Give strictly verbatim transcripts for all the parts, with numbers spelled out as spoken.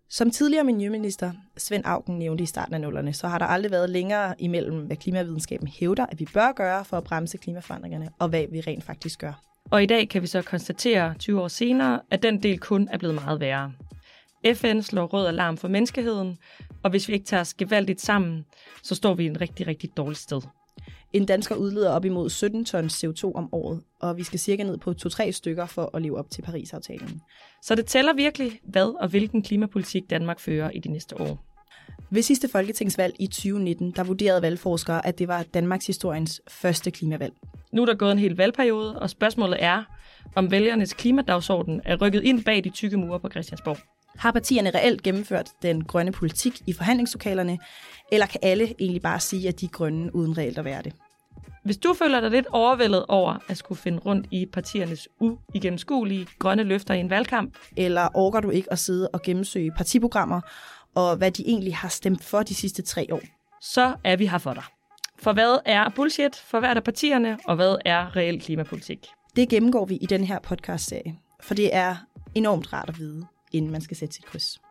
Som tidligere miljøminister Svend Auken nævnte i starten af nullerne, så har der aldrig været længere imellem, hvad klimavidenskaben hævder, at vi bør gøre for at bremse klimaforandringerne, og hvad vi rent faktisk gør. Og i dag kan vi så konstatere, tyve år senere, at den del kun er blevet meget værre. F N slår rød alarm for menneskeheden, og hvis vi ikke tager os gevaldigt sammen, så står vi i et rigtig, rigtig dårligt sted. En dansker udleder op imod sytten tons C O to om året, og vi skal cirka ned på to-tre stykker for at leve op til Paris-aftalen. Så det tæller virkelig, hvad og hvilken klimapolitik Danmark fører i de næste år. Ved sidste folketingsvalg i tyve nitten, der vurderede valgforskere, at det var Danmarks historiens første klimavalg. Nu er der gået en hel valgperiode, og spørgsmålet er, om vælgernes klimadagsorden er rykket ind bag de tykke mure på Christiansborg. Har partierne reelt gennemført den grønne politik i forhandlingslokalerne, eller kan alle egentlig bare sige, at de er grønne uden reelt at være det? Hvis du føler dig lidt overvældet over at skulle finde rundt i partiernes uigennemskuelige grønne løfter i en valgkamp, eller orker du ikke at sidde og gennemsøge partiprogrammer, og hvad de egentlig har stemt for de sidste tre år, så er vi her for dig. For hvad er bullshit for hvert af partierne, og hvad er reel klimapolitik? Det gennemgår vi i den her podcast-serie, for det er enormt rart at vide, inden man skal sætte sit kryds.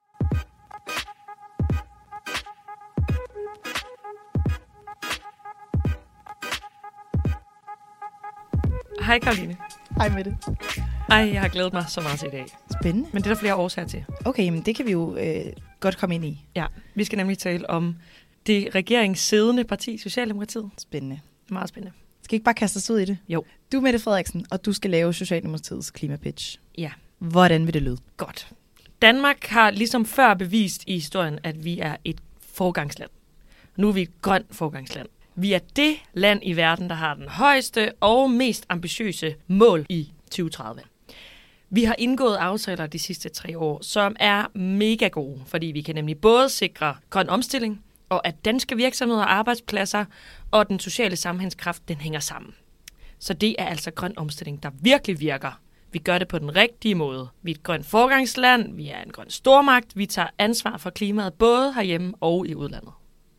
Hej Karoline. Hej Mette. Ej, jeg har glædet mig så meget til i dag. Spændende. Men det er der flere årsager til. Okay, men det kan vi jo øh, godt komme ind i. Ja, vi skal nemlig tale om det regeringssiddende parti, Socialdemokratiet. Spændende. Meget spændende. Skal ikke bare kaste os ud i det? Jo. Du er Mette Frederiksen, og du skal lave Socialdemokratiets klimapitch. Ja. Hvordan vil det lyde? Godt. Danmark har ligesom før bevist i historien, at vi er et forgangsland. Nu er vi et grønt forgangsland. Vi er det land i verden, der har den højeste og mest ambitiøse mål i tyve tredive. Vi har indgået aftaler de sidste tre år, som er mega gode, fordi vi kan nemlig både sikre grøn omstilling, og at danske virksomheder og arbejdspladser og den sociale sammenhængskraft, den hænger sammen. Så det er altså grøn omstilling, der virkelig virker. Vi gør det på den rigtige måde. Vi er et grønt forgangsland, vi er en grøn stormagt, vi tager ansvar for klimaet både herhjemme og i udlandet.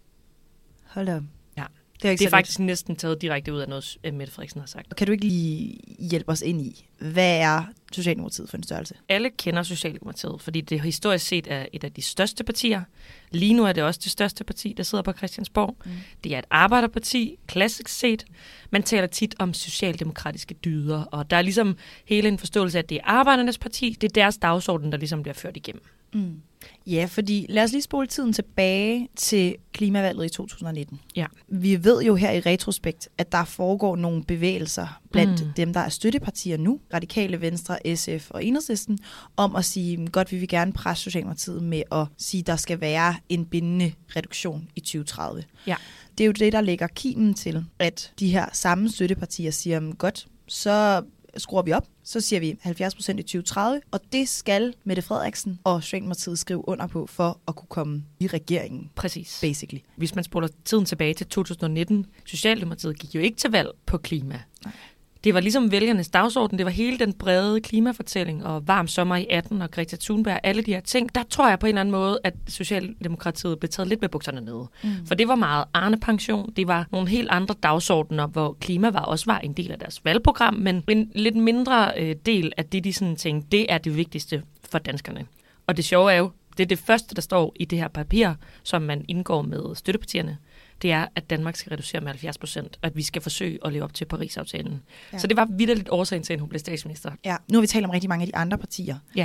Hold da. Ja. Det er, ikke det er faktisk næsten taget direkte ud af noget, Mette Frederiksen har sagt. Kan du ikke lige hjælpe os ind i, hvad er Socialdemokratiet for en størrelse? Alle kender Socialdemokratiet, fordi det historisk set er et af de største partier. Lige nu er det også det største parti, der sidder på Christiansborg. Mm. Det er et arbejderparti, klassisk set. Man taler tit om socialdemokratiske dyder, og der er ligesom hele en forståelse af, at det er arbejdernes parti. Det er deres dagsorden, der ligesom bliver ført igennem. Mm. Ja, fordi lad os lige spole tiden tilbage til klimavalget i to tusind nitten. Ja. Vi ved jo her i retrospekt, at der foregår nogle bevægelser blandt mm. dem, der er støttepartier nu, Radikale Venstre, S F og Enhedslisten, om at sige, godt, vi vil gerne presse Socialdemokratiet med at sige, at der skal være en bindende reduktion i tyve tredive. Ja. Det er jo det, der lægger kimen til, at de her samme støttepartier siger, godt, så skruer vi op, så siger vi halvfjerds procent i tyve tredive, og det skal Mette Frederiksen og Socialdemokratiet skrive under på, for at kunne komme i regeringen. Præcis. Basically. Hvis man spoler tiden tilbage til to tusind nitten, Socialdemokratiet gik jo ikke til valg på klima. Nej. Det var ligesom vælgernes dagsorden, det var hele den brede klimafortælling, og varm sommer i atten, og Greta Thunberg, alle de her ting. Der tror jeg på en eller anden måde, at Socialdemokratiet blev taget lidt med bukserne nede. Mm. For det var meget Arne-pension, det var nogle helt andre dagsordener, hvor klima var også var en del af deres valgprogram, men en lidt mindre øh, del af det, de sådan tænkte, det er det vigtigste for danskerne. Og det sjove er jo, det er det første, der står i det her papir, som man indgår med støttepartierne. Det er, at Danmark skal reducere med halvfjerds procent, og at vi skal forsøge at leve op til Paris-aftalen. Ja. Så det var vitterligt årsagen til, at hun blev statsminister. Ja, nu har vi talt om rigtig mange af de andre partier. Ja.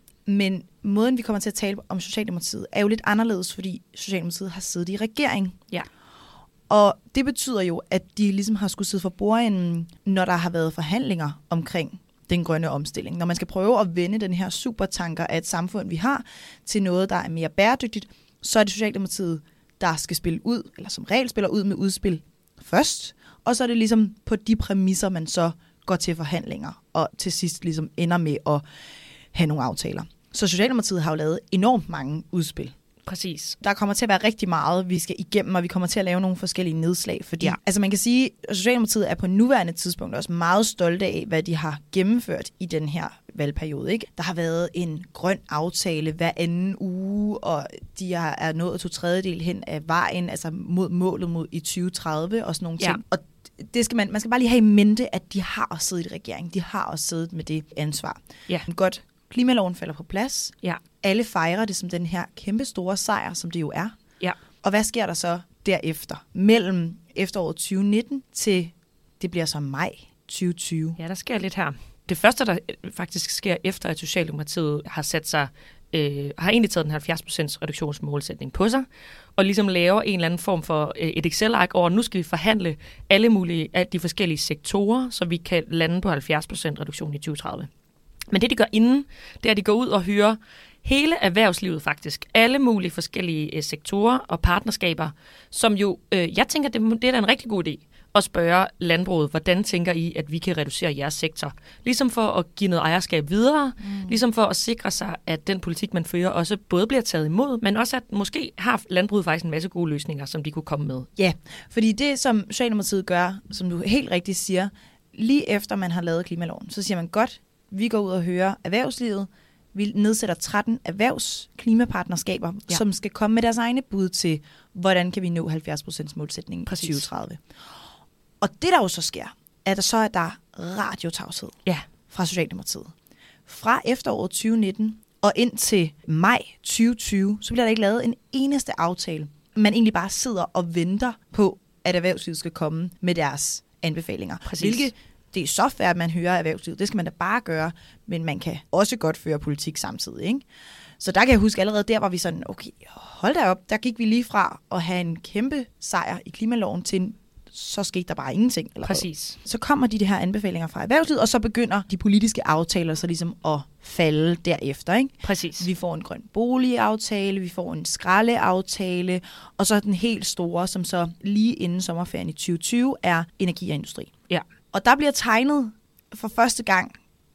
Men måden, vi kommer til at tale om Socialdemokratiet, er jo lidt anderledes, fordi Socialdemokratiet har siddet i regering. Ja. Og det betyder jo, at de ligesom har skulle sidde for bordenden, når der har været forhandlinger omkring den grønne omstilling. Når man skal prøve at vende den her supertanker af et samfund, vi har, til noget, der er mere bæredygtigt, så er det Socialdemokratiet, der skal spille ud, eller som regel spiller ud med udspil først, og så er det ligesom på de præmisser, man så går til forhandlinger, og til sidst ligesom ender med at have nogle aftaler. Så Socialdemokratiet har jo lavet enormt mange udspil. Præcis. Der kommer til at være rigtig meget, vi skal igennem, og vi kommer til at lave nogle forskellige nedslag, fordi ja. altså man kan sige, at Socialdemokratiet er på nuværende tidspunkt også meget stolte af, hvad de har gennemført i den her valgperiode. Ikke? Der har været en grøn aftale hver anden uge, og de er nået to tredjedel hen af vejen, altså mod målet mod i tyve tredive og sådan nogle ting. Ja. Og det skal man, man skal bare lige have i mente, at de har også siddet i regeringen. De har også siddet med det ansvar. Ja. Godt Klimaloven falder på plads. Ja. Alle fejrer det som den her kæmpe store sejr, som det jo er. Ja. Og hvad sker der så derefter? Mellem efteråret tyve nitten til, det bliver så maj tyve tyve. Ja, der sker lidt her. Det første, der faktisk sker efter, at Socialdemokratiet har sat sig, øh, har egentlig taget den halvfjerds procent reduktionsmålsætning på sig, og ligesom laver en eller anden form for øh, et Excel-ark over, nu skal vi forhandle alle mulige af de forskellige sektorer, så vi kan lande på halvfjerds procent reduktion i tyve tredive. Men det, de gør inden, det er, at de går ud og hyrer hele erhvervslivet faktisk, alle mulige forskellige øh, sektorer og partnerskaber, som jo, øh, jeg tænker, det, det er da en rigtig god idé at spørge landbruget, hvordan tænker I, at vi kan reducere jeres sektor? Ligesom for at give noget ejerskab videre, mm. ligesom for at sikre sig, at den politik, man fører, også både bliver taget imod, men også at måske har landbruget faktisk en masse gode løsninger, som de kunne komme med. Ja, fordi det, som Socialdemokratiet gør, som du helt rigtigt siger, lige efter man har lavet klimaloven, så siger man godt, vi går ud og hører erhvervslivet, vi nedsætter tretten erhvervsklimapartnerskaber, ja. som skal komme med deres egne bud til, hvordan kan vi nå halvfjerds procent målsætningen i tyve tredive. Og det, der jo så sker, er, at så er der radiotavshed ja. fra Socialdemokratiet. Fra efteråret tyve nitten og ind til maj tyve tyve, så bliver der ikke lavet en eneste aftale. Man egentlig bare sidder og venter på, at erhvervslivet skal komme med deres anbefalinger. Præcis. Hvilket det er så fair, at man hører erhvervslivet. Det skal man da bare gøre, men man kan også godt føre politik samtidig, ikke? Så der kan jeg huske, allerede der var vi sådan, okay, hold da op, der gik vi lige fra at have en kæmpe sejr i klimaloven til en, så skete der bare ingenting. Eller Præcis. Noget. Så kommer de, de her anbefalinger fra erhvervslivet, og så begynder de politiske aftaler så ligesom at falde derefter, ikke? Præcis. Vi får en grøn boligaftale, vi får en skraldeaftale, og så den helt store, som så lige inden sommerferien i tyve tyve, er energi og industri. Ja. Og der bliver tegnet for første gang,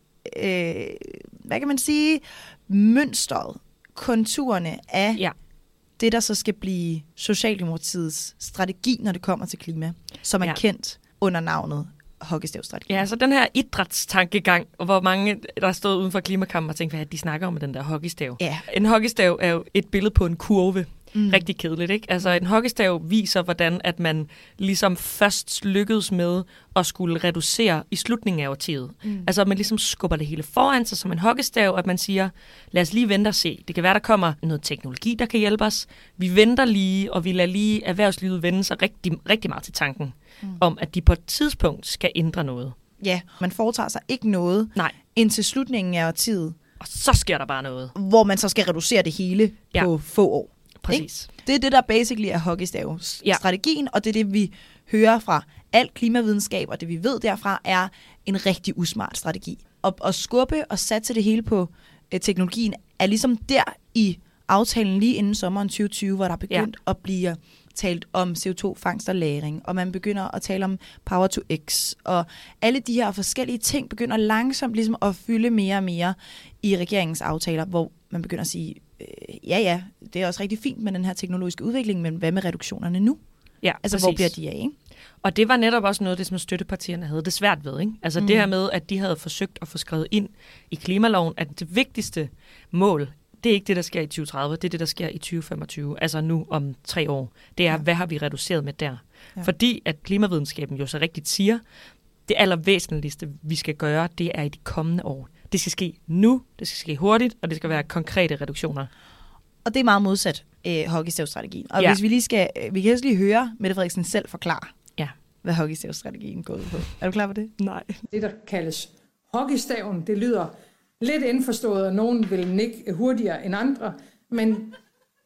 øh, hvad kan man sige, mønstret, konturerne af ja. det, der så skal blive Socialdemokratiets strategi, når det kommer til klima, som er ja. kendt under navnet hockeystavsstrategien. Ja, så den her idrætstankegang, og hvor mange, der stod uden for klimakampen og tænkte, hvad de snakker om med den der hockeystav. Ja. En hockeystav er jo et billede på en kurve. Mm. Rigtig kedeligt, ikke? Altså en hockeystav viser, hvordan at man ligesom først lykkedes med at skulle reducere i slutningen af årtiet. Mm. Altså at man ligesom skubber det hele foran sig som en hockeystav, at man siger, lad os lige vente og se. Det kan være, der kommer noget teknologi, der kan hjælpe os. Vi venter lige, og vi lader lige erhvervslivet vende sig rigtig, rigtig meget til tanken mm. om, at de på et tidspunkt skal ændre noget. Ja, man foretager sig ikke noget Nej. indtil slutningen af årtiet. Og så sker der bare noget. Hvor man så skal reducere det hele ja. på få år. Præcis. Ikke? Det er det, der basically er hockeystav-strategien, ja. og det er det, vi hører fra alt klimavidenskab, og det vi ved derfra, er en rigtig usmart strategi. Og at skubbe og satse det hele på øh, teknologien, er ligesom der i aftalen lige inden sommeren tyve tyve, hvor der er begyndt ja. at blive talt om C O to fangst og lagring, og man begynder at tale om power to X, og alle de her forskellige ting begynder langsomt ligesom at fylde mere og mere i regeringens aftaler, hvor man begynder at sige, øh, ja ja, det er også rigtig fint med den her teknologiske udvikling, men hvad med reduktionerne nu? Ja, altså, præcis. Hvor bliver de af, ikke? Og det var netop også noget af det, som støttepartierne havde det svært ved, ikke? Altså mm. det her med, at de havde forsøgt at få skrevet ind i klimaloven, at det vigtigste mål, det er ikke det, der sker i tyve tredive, det er det, der sker i tyve femogtyve, altså nu om tre år. Det er, ja. hvad har vi reduceret med der? Ja. Fordi at klimavidenskaben jo så rigtigt siger, det allervæsentligste, vi skal gøre, det er i de kommende år. Det skal ske nu, det skal ske hurtigt, og det skal være konkrete reduktioner. Og det er meget modsat øh, hockeystavsstrategien. Og ja. hvis vi lige skal, vi kan også lige høre Mette Frederiksen selv forklare, ja. hvad hockeystavsstrategien går ud på. Er du klar på det? Nej. Det, der kaldes hockeystaven, det lyder lidt indforstået, og nogen vil nikke hurtigere end andre, men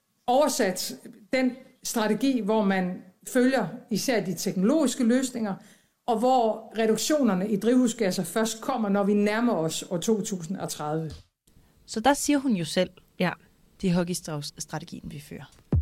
oversat den strategi, hvor man følger især de teknologiske løsninger, og hvor reduktionerne i drivhusgasser først kommer, når vi nærmer os år to tusind og tredive. Så der siger hun jo selv, ja, det er hockeystavsstrategien, vi fører.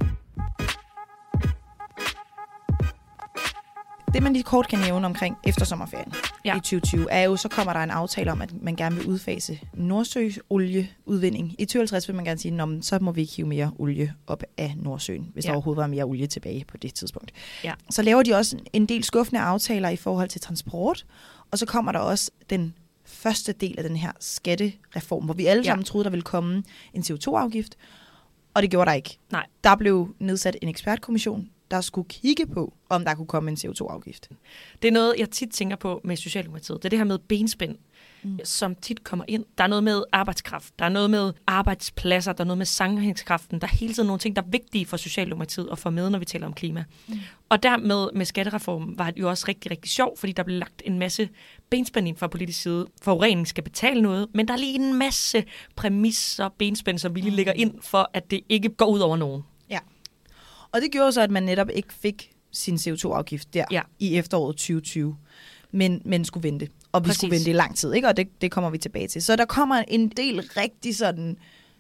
Det, man lige kort kan nævne omkring eftersommerferien ja. i tyve tyve, er jo, så kommer der en aftale om, at man gerne vil udfase Nordsøolieudvinding. I tyve halvtreds vil man gerne sige, at så må vi ikke hive mere olie op af Nordsøen, hvis ja. der overhovedet var mere olie tilbage på det tidspunkt. Ja. Så laver de også en del skuffende aftaler i forhold til transport, og så kommer der også den første del af den her skattereform, hvor vi alle sammen ja. troede, der ville komme en C O to afgift, og det gjorde der ikke. Nej. Der blev nedsat en ekspertkommission, der skulle kigge på, om der kunne komme en C O to afgift. Det er noget, jeg tit tænker på med Socialdemokratiet. Det er det her med benspænd. mm. som tit kommer ind. Der er noget med arbejdskraft, der er noget med arbejdspladser, der er noget med sammenhængskraften. Der er hele tiden nogle ting, der er vigtige for Socialdemokratiet og for med, når vi taler om klima. Mm. Og dermed med skattereformen var det jo også rigtig, rigtig sjovt, fordi der blev lagt en masse benspænding fra politisk side. Forurening skal betale noget, men der er lige en masse præmisser og benspænd, som vi lige lægger ind for, at det ikke går ud over nogen. Ja, og det gjorde så, at man netop ikke fik sin C O to afgift der ja. i efteråret tyve tyve, men, men skulle vente. Og vi Præcis. skulle vente i lang tid, ikke? Og det, det kommer vi tilbage til. Så der kommer en del rigtig sådan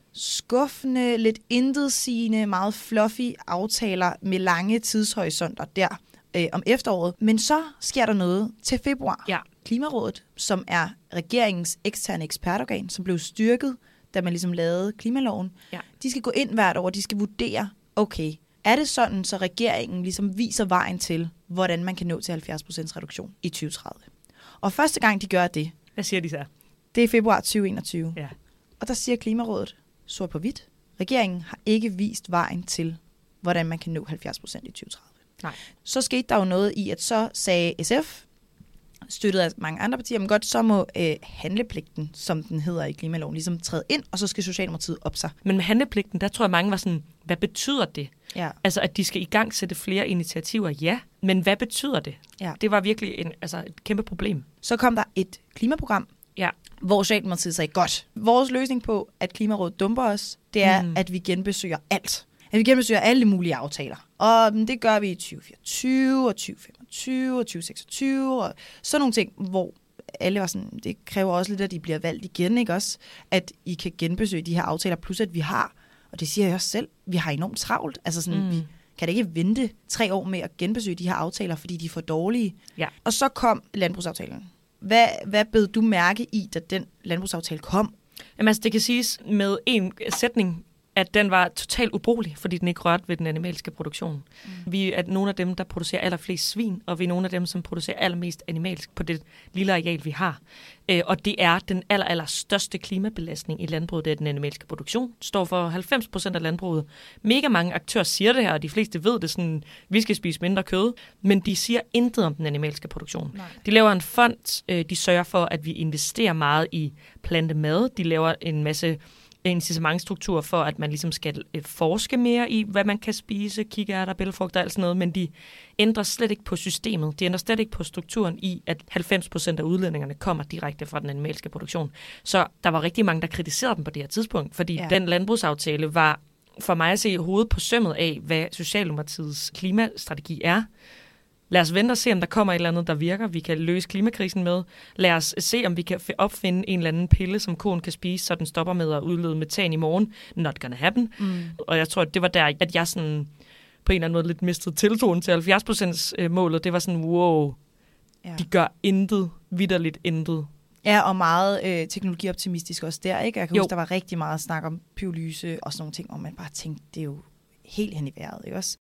skuffende, lidt intetsigende, meget fluffy aftaler med lange tidshorisonter der øh, om efteråret. Men så sker der noget til februar. Ja. Klimarådet, som er regeringens eksterne ekspertorgan, som blev styrket, da man ligesom lavede klimaloven, ja. de skal gå ind hvert år, de skal vurdere, okay, er det sådan, så regeringen ligesom viser vejen til, hvordan man kan nå til halvfjerds procent reduktion i tyve tredive. Og første gang, de gør det, hvad siger de så? Det er februar tyve enogtyve. Ja. Og der siger Klimarådet, sort på hvidt, regeringen har ikke vist vejen til, hvordan man kan nå halvfjerds procent i tyve tredive. Nej. Så skete der jo noget i, at så sagde S F, støttet af mange andre partier, men godt, så må øh, handlepligten, som den hedder i klimaloven, ligesom træde ind, og så skal Socialdemokratiet op sig. Men med handlepligten, der tror jeg mange var sådan, hvad betyder det? Ja. Altså, at de skal i gang sætte flere initiativer, ja, men hvad betyder det? Ja. Det var virkelig en, altså, et kæmpe problem. Så kom der et klimaprogram, ja. hvor Socialdemokratiet sagde, godt, vores løsning på, at Klimarådet dumper os, det er, mm. at vi genbesøger alt. At vi genbesøger alle mulige aftaler. Og det gør vi i tyve fireogtyve og tyve femogtyve og tyve seksogtyve og sådan nogle ting, hvor alle var sådan, det kræver også lidt, at de bliver valgt igen, ikke også? At I kan genbesøge de her aftaler, plus at vi har, og det siger jeg også selv, vi har enormt travlt. Altså sådan, mm. vi kan da ikke vente tre år med at genbesøge de her aftaler, fordi de er for dårlige. Ja. Og så kom landbrugsaftalen. Hvad, hvad bed du mærke i, da den landbrugsaftale kom? Jamen altså, det kan siges med en sætning, at den var totalt ubrugelig, fordi den ikke rørte ved den animalske produktion. Mm. Vi er nogle af dem, der producerer allerflest svin, og vi er nogle af dem, som producerer allermest animalsk på det lille areal, vi har. Øh, og det er den aller, aller største klimabelastning i landbruget, det er den animalske produktion. Det står for halvfems procent af landbruget. Mega mange aktører siger det her, og de fleste ved det sådan, vi skal spise mindre kød, men de siger intet om den animalske produktion. Nej. De laver en fond, øh, de sørger for, at vi investerer meget i plantemad. De laver en masse incitamentsstruktur for, at man ligesom skal øh, forske mere i, hvad man kan spise, kikærter, bælgfrugter og alt sådan noget, men de ændrer slet ikke på systemet. De ændrer slet ikke på strukturen i, at halvfems procent af udledningerne kommer direkte fra den animalske produktion. Så der var rigtig mange, der kritiserede dem på det her tidspunkt, fordi ja. den landbrugsaftale var for mig at se hovedet på sømmet af, hvad Socialdemokratiets klimastrategi er. Lad os vente og se, om der kommer et eller andet, der virker, vi kan løse klimakrisen med. Lad os se, om vi kan opfinde en eller anden pille, som koen kan spise, så den stopper med at udlede metan i morgen. Not gonna happen. Mm. Og jeg tror, at det var der, at jeg sådan på en eller anden måde lidt mistede tiltroen til halvfjerds procent målet. Det var sådan, wow, ja. de gør intet, vitterligt intet. Ja, og meget øh, teknologioptimistisk også der, ikke? Jeg kan jo. huske, der var rigtig meget snak om pyrolyse og sådan nogle ting, og man bare tænkte, det er jo helt hen i vejret, ikke også?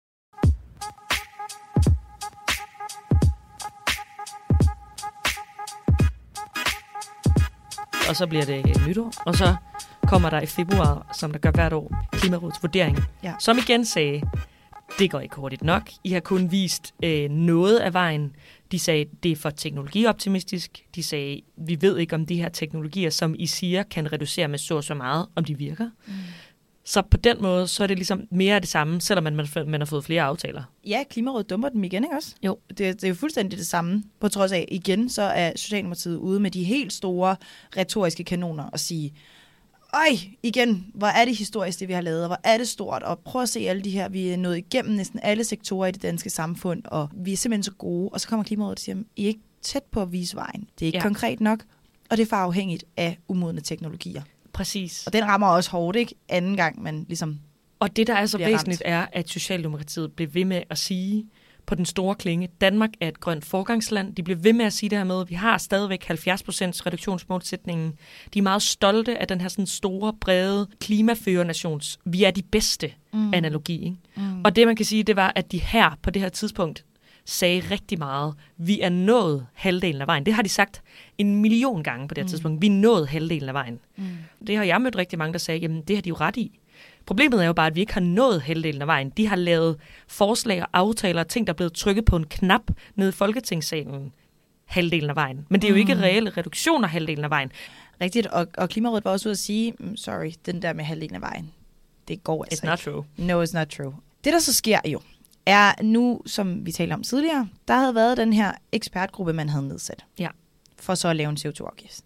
Og så bliver det nytår, og så kommer der i februar, som der gør hvert år, Klimarådets vurdering, ja. som igen sagde, det går ikke hurtigt nok. I har kun vist øh, noget af vejen. De sagde, det er for teknologioptimistisk. De sagde, vi ved ikke, om de her teknologier, som I siger, kan reducere med så og så meget, om de virker. Mm. Så på den måde, så er det ligesom mere af det samme, selvom man, man har fået flere aftaler. Ja, Klimarådet dumper dem igen, ikke også? Jo. Det, det er jo fuldstændig det samme, på trods af, igen, så er Socialdemokratiet ude med de helt store retoriske kanoner og sige, øj, igen, hvor er det historisk, det vi har lavet, og hvor er det stort, og prøv at se alle de her, vi er nået igennem næsten alle sektorer i det danske samfund, og vi er simpelthen så gode, og så kommer Klimarådet og siger, I er ikke tæt på at vise vejen. Det er ikke ja. konkret nok, og det er for afhængigt af umodne teknologier. Præcis. Og den rammer også hårdt, ikke? Anden gang, man ligesom Og det, der er så væsentligt, ramt. er, at Socialdemokratiet bliver ved med at sige på den store klinge, Danmark er et grønt forgangsland. De bliver ved med at sige det her med, at vi har stadigvæk halvfjerds procent reduktionsmålsætningen. De er meget stolte af den her sådan store, brede klimaførernations. Vi er de bedste mm. analogi. Ikke? Mm. Og det, man kan sige, det var, at de her på det her tidspunkt sagde rigtig meget, vi er nået halvdelen af vejen. Det har de sagt en million gange på det her mm. tidspunkt. Vi er nået halvdelen af vejen. Mm. Det har jeg mødt rigtig mange, der sagde, jamen det har de jo ret i. Problemet er jo bare, at vi ikke har nået halvdelen af vejen. De har lavet forslag og aftaler og ting, der er blevet trykket på en knap nede i Folketingssalen. halvdelen af vejen. Men det er jo ikke reelle reduktioner halvdelen af vejen. Rigtigt, og, og Klimarådet var også ude at sige, sorry, den der med halvdelen af vejen, det går altså It's not ikke. true. No, it's not true. Det, der så sker jo, er nu, som vi talte om tidligere, der havde været den her ekspertgruppe, man havde nedsat. Ja. For så at lave en C O to afgift.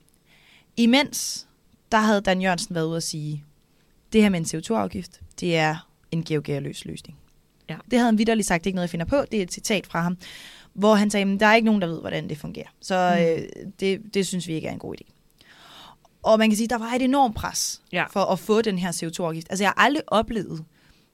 Imens, der havde Dan Jørgensen været ude at sige, det her med en C O to afgift, det er en geogeoløs løsning. Ja. Det havde han vitterligt sagt, det er ikke noget, jeg finder på, det er et citat fra ham, hvor han sagde, der er ikke nogen, der ved, hvordan det fungerer. Så mm. øh, det, det synes vi ikke er en god idé. Og man kan sige, der var et enormt pres ja. for at få den her C O to afgift. Altså jeg har aldrig oplevet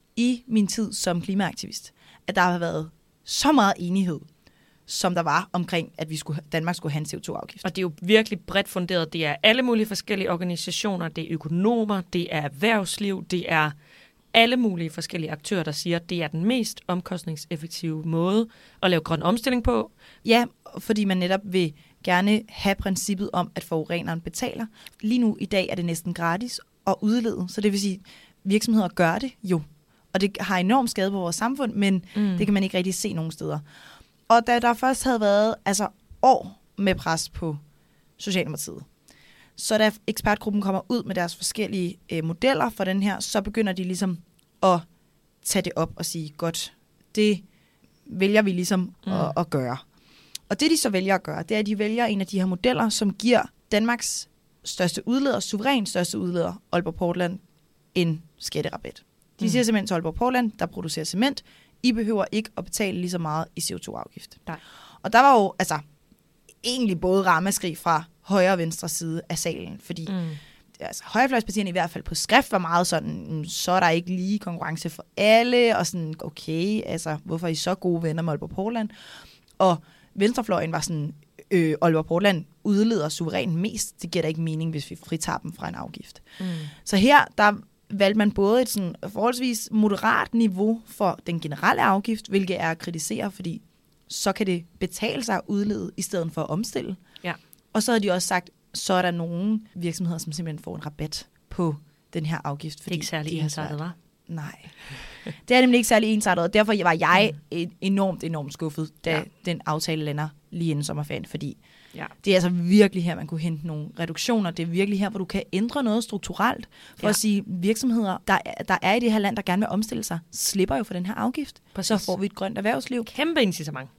i min tid som klimaaktivist, at der har været så meget enighed, som der var omkring, at vi skulle, Danmark skulle have en C O to afgift. Og det er jo virkelig bredt funderet. Det er alle mulige forskellige organisationer, det er økonomer, det er erhvervsliv, det er alle mulige forskellige aktører, der siger, at det er den mest omkostningseffektive måde at lave grøn omstilling på. Ja, fordi man netop vil gerne have princippet om, at forureneren betaler. Lige nu i dag er det næsten gratis at udlede, så det vil sige, at virksomheder gør det jo. Og det har enorm skade på vores samfund, men mm. det kan man ikke rigtig se nogen steder. Og da der først havde været altså år med pres på Socialdemokratiet, så da ekspertgruppen kommer ud med deres forskellige øh, modeller for den her, så begynder de ligesom at tage det op og sige, godt, det vælger vi ligesom mm. at, at gøre. Og det de så vælger at gøre, det er, at de vælger en af de her modeller, som giver Danmarks største udleder, suveræn største udleder, Aalborg Portland, en skatterabat. De mm. siger simpelthen til Aalborg Portland, der producerer cement, I behøver ikke at betale lige så meget i C O to afgift. Nej. Og der var jo altså egentlig både ramaskrig fra højre og venstre side af salen, fordi mm. altså, højrefløjspartierne i hvert fald på skrift var meget sådan, så er der ikke lige konkurrence for alle, og sådan, okay, altså, hvorfor er I så gode venner med Aalborg Portland? Og venstrefløjen var sådan, øh, Aalborg Portland udleder suverænt mest, det giver da ikke mening, hvis vi fritager dem fra en afgift. Mm. Så her, der valgte man både et sådan forholdsvis moderat niveau for den generelle afgift, hvilket er at kritisere, fordi så kan det betale sig at udlede, i stedet for at omstille. Ja. Og så har de også sagt, så er der nogle virksomheder, som simpelthen får en rabat på den her afgift. Fordi det er ikke særlig ensartet, var? Nej. Det er nemlig ikke særlig ensartet, og derfor var jeg mm. enormt, enormt skuffet, da ja. den aftale lander lige inden sommerferien, fordi ja. det er altså virkelig her, man kunne hente nogle reduktioner. Det er virkelig her, hvor du kan ændre noget strukturelt, for ja. at sige, virksomheder, der er, der er i det her land, der gerne vil omstille sig, slipper jo for den her afgift. Præcis. Så får vi et grønt erhvervsliv. Kæmpe incitament.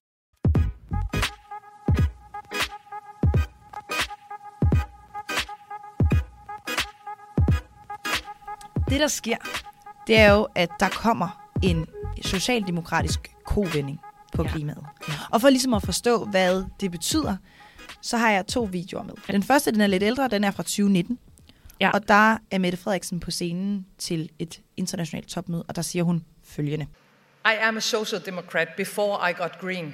Det, der sker, det er jo, at der kommer en socialdemokratisk kovending på ja. klimaet. Ja. Og for ligesom at forstå, hvad det betyder, så har jeg to videoer med. Den første, den er lidt ældre, den er fra tyve nitten. Ja. Og der er Mette Frederiksen på scenen til et internationalt topmøde, og der siger hun følgende. I am a social democrat before I got green.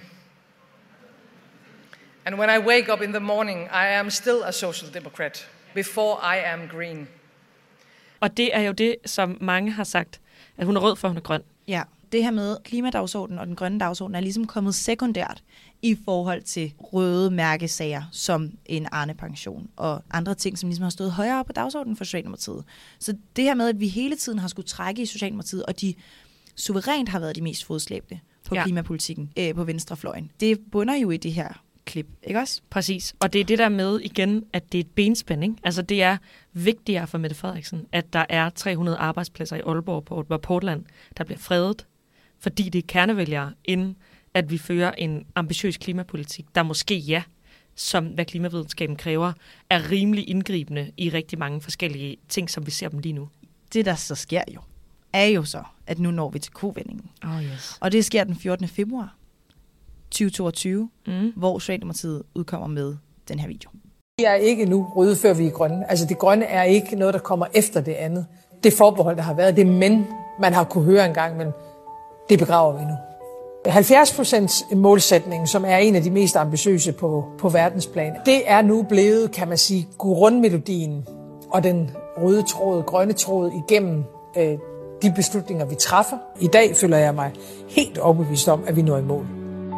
And when I wake up in the morning, I am still a social democrat before I am green. Og det er jo det, som mange har sagt, at hun er rød, for hun er grøn. Ja, det her med klimadagsordenen og den grønne dagsorden er ligesom kommet sekundært i forhold til røde mærkesager som en Arne-pension og andre ting, som ligesom har stået højere på dagsordenen for Socialdemokratiet. Så det her med, at vi hele tiden har skulle trække i Socialdemokratiet, og de suverænt har været de mest fodslæbende på ja. klimapolitikken øh, på venstrefløjen, det bunder jo i det her klip, ikke også? Præcis. Og det er det der med igen, at det er et benspænd, ikke? Altså det er vigtigere for Mette Frederiksen, at der er tre hundrede arbejdspladser i Aalborg på Aalborg Portland, der bliver fredet, fordi det er kernevælgere, end at vi fører en ambitiøs klimapolitik, der måske ja, som hvad klimavidenskaben kræver, er rimelig indgribende i rigtig mange forskellige ting, som vi ser dem lige nu. Det, der så sker jo, er jo så, at nu når vi til kovendingen. Oh, yes. Og det sker den fjortende februar tyve toogtyve, mm. hvor Socialdemokratiet udkommer med den her video. Vi er ikke nu røde, før vi er grønne. Altså det grønne er ikke noget, der kommer efter det andet. Det forbehold, der har været, det men, man har kunne høre engang, men det begraver vi nu. halvfjerds procents målsætningen, som er en af de mest ambitiøse på, på verdensplan, det er nu blevet, kan man sige, grundmelodien og den røde tråd, grønne tråd igennem øh, de beslutninger, vi træffer. I dag føler jeg mig helt overbevist om, at vi når i mål.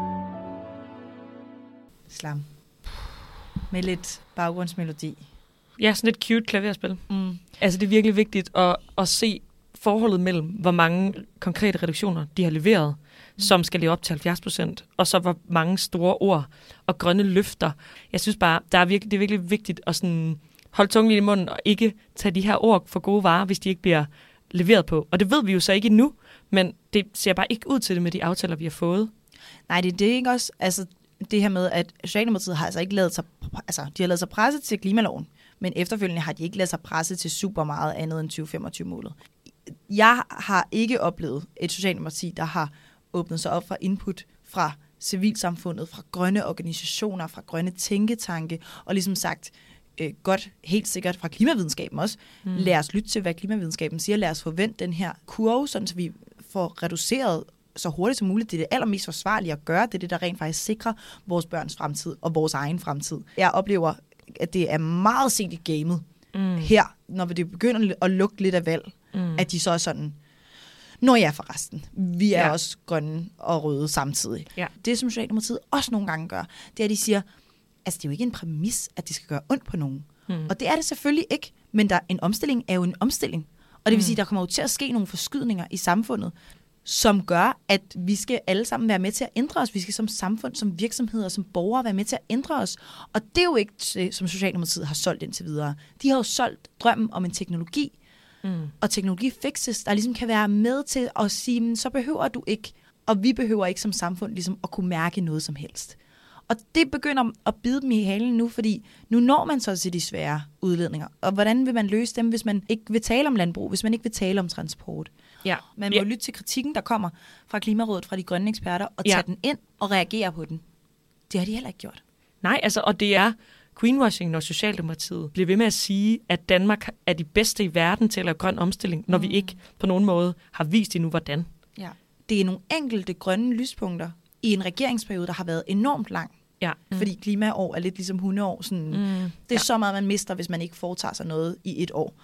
Slam. Med lidt baggrundsmelodi. Ja, sådan et cute klaverspil. Mm. Altså det er virkelig vigtigt at, at se forholdet mellem, hvor mange konkrete reduktioner de har leveret, mm. som skal leve op til halvfjerds procent, og så hvor mange store ord og grønne løfter. Jeg synes bare, der er virkelig, det er virkelig vigtigt at sådan holde tungen i munden og ikke tage de her ord for gode varer, hvis de ikke bliver leveret på. Og det ved vi jo så ikke endnu, men det ser bare ikke ud til det med de aftaler, vi har fået. Nej, det, det er ikke også altså, det her med, at Socialdemokratiet har altså ikke lavet sig, altså, de har lavet sig presse til klimaloven, men efterfølgende har de ikke lavet sig presse til super meget andet end tyve femogtyve-målet. Jeg har ikke oplevet et Socialdemokrati, der har åbnet sig op for input fra civilsamfundet, fra grønne organisationer, fra grønne tænketanke, og ligesom sagt, øh, godt, helt sikkert fra klimavidenskaben også, mm. lad os lytte til, hvad klimavidenskaben siger, lad os forvente den her kurve, sådan så vi får reduceret så hurtigt som muligt. Det er det allermest forsvarlige at gøre, det er det, der rent faktisk sikrer vores børns fremtid og vores egen fremtid. Jeg oplever, at det er meget sent i gamet mm. her, når det begynder at lugte lidt af valg, mm. at de så er sådan, nå ja, forresten, vi er ja. også grønne og røde samtidig. Ja. Det, som Socialdemokratiet også nogle gange gør, det er, at de siger, altså det er jo ikke en præmis, at det skal gøre ondt på nogen. Mm. Og det er det selvfølgelig ikke, men der, en omstilling er jo en omstilling. Og det vil mm. sige, at der kommer jo til at ske nogle forskydninger i samfundet, som gør, at vi skal alle sammen være med til at ændre os. Vi skal som samfund, som virksomheder, som borgere være med til at ændre os. Og det er jo ikke det, som Socialdemokratiet har solgt indtil videre. De har jo solgt drømmen om en teknologi, mm. og teknologi fixes, der ligesom kan være med til at sige, så behøver du ikke, og vi behøver ikke som samfund ligesom at kunne mærke noget som helst. Og det begynder at bide dem i halen nu, fordi nu når man så til de svære udledninger. Og hvordan vil man løse dem, hvis man ikke vil tale om landbrug, hvis man ikke vil tale om transport? Ja. Man må ja. lytte til kritikken, der kommer fra Klimarådet, fra de grønne eksperter, og tage ja. den ind og reagere på den. Det har de heller ikke gjort. Nej, altså, og det er greenwashing, når Socialdemokratiet bliver ved med at sige, at Danmark er de bedste i verden til at lave grøn omstilling, når mm. vi ikke på nogen måde har vist endnu, hvordan. Ja. Det er nogle enkelte grønne lyspunkter i en regeringsperiode, der har været enormt lang. Ja. Mm. Fordi klimaår er lidt ligesom hundeår. Sådan, mm. Det er ja. så meget, man mister, hvis man ikke foretager sig noget i et år.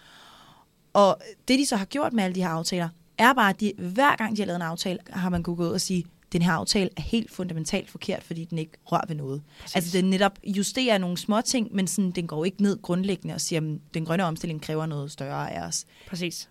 Og det, de så har gjort med alle de her aftaler, er bare, at de, hver gang de har lavet en aftale, har man kunnet gå ud og sige, at den her aftale er helt fundamentalt forkert, fordi den ikke rører ved noget. Præcis. Altså, den netop justerer nogle små ting, men sådan, den går ikke ned grundlæggende og siger, at den grønne omstilling kræver noget større af os. Præcis.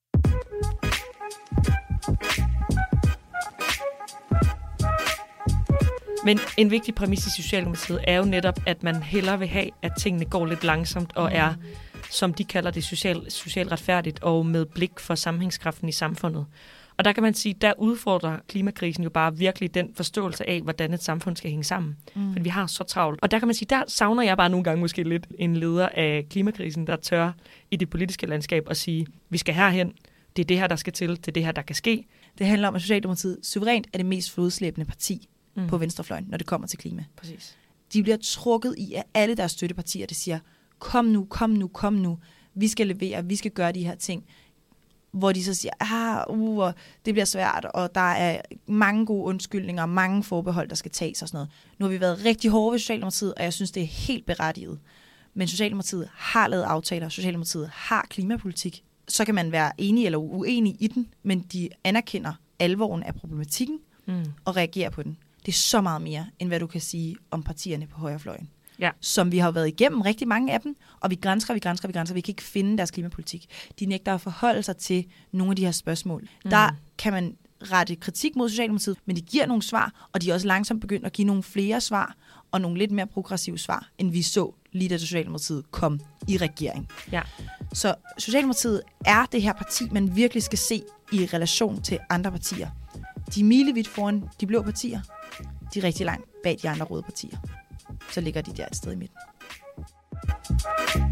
Men en vigtig præmis i Socialdemokratiet er jo netop, at man hellere vil have, at tingene går lidt langsomt og er, som de kalder det, socialt social retfærdigt og med blik for sammenhængskraften i samfundet. Og der kan man sige, der udfordrer klimakrisen jo bare virkelig den forståelse af, hvordan et samfund skal hænge sammen. Mm. For vi har så travlt. Og der kan man sige, der savner jeg bare nogle gange måske lidt en leder af klimakrisen, der tør i det politiske landskab at sige, vi skal herhen, det er det her, der skal til, det er det her, der kan ske. Det handler om, at Socialdemokratiet suverænt er det mest fodslæbende parti mm. på venstrefløjen, når det kommer til klima. Præcis. De bliver trukket i af alle deres støttepartier, der siger, kom nu, kom nu, kom nu, vi skal levere, vi skal gøre de her ting. Hvor de så siger, ah, uh, det bliver svært, og der er mange gode undskyldninger, mange forbehold, der skal tages og sådan noget. Nu har vi været rigtig hårde ved Socialdemokratiet, og jeg synes, det er helt berettiget. Men Socialdemokratiet har lavet aftaler, Socialdemokratiet har klimapolitik. Så kan man være enig eller uenig i den, men de anerkender alvoren af problematikken mm. og reagerer på den. Det er så meget mere, end hvad du kan sige om partierne på højrefløjen. Ja. Som vi har været igennem, rigtig mange af dem, og vi grænsker, vi grænsker, vi grænsker, vi kan ikke finde deres klimapolitik. De nægter at forholde sig til nogle af de her spørgsmål. Mm. Der kan man rette kritik mod Socialdemokratiet, men de giver nogle svar, og de er også langsomt begyndt at give nogle flere svar, og nogle lidt mere progressive svar, end vi så lige da Socialdemokratiet kom i regering. Ja. Så Socialdemokratiet er det her parti, man virkelig skal se i relation til andre partier. De er milevidt foran de blå partier, de er rigtig langt bag de andre røde partier. Så ligger de der et sted i midten.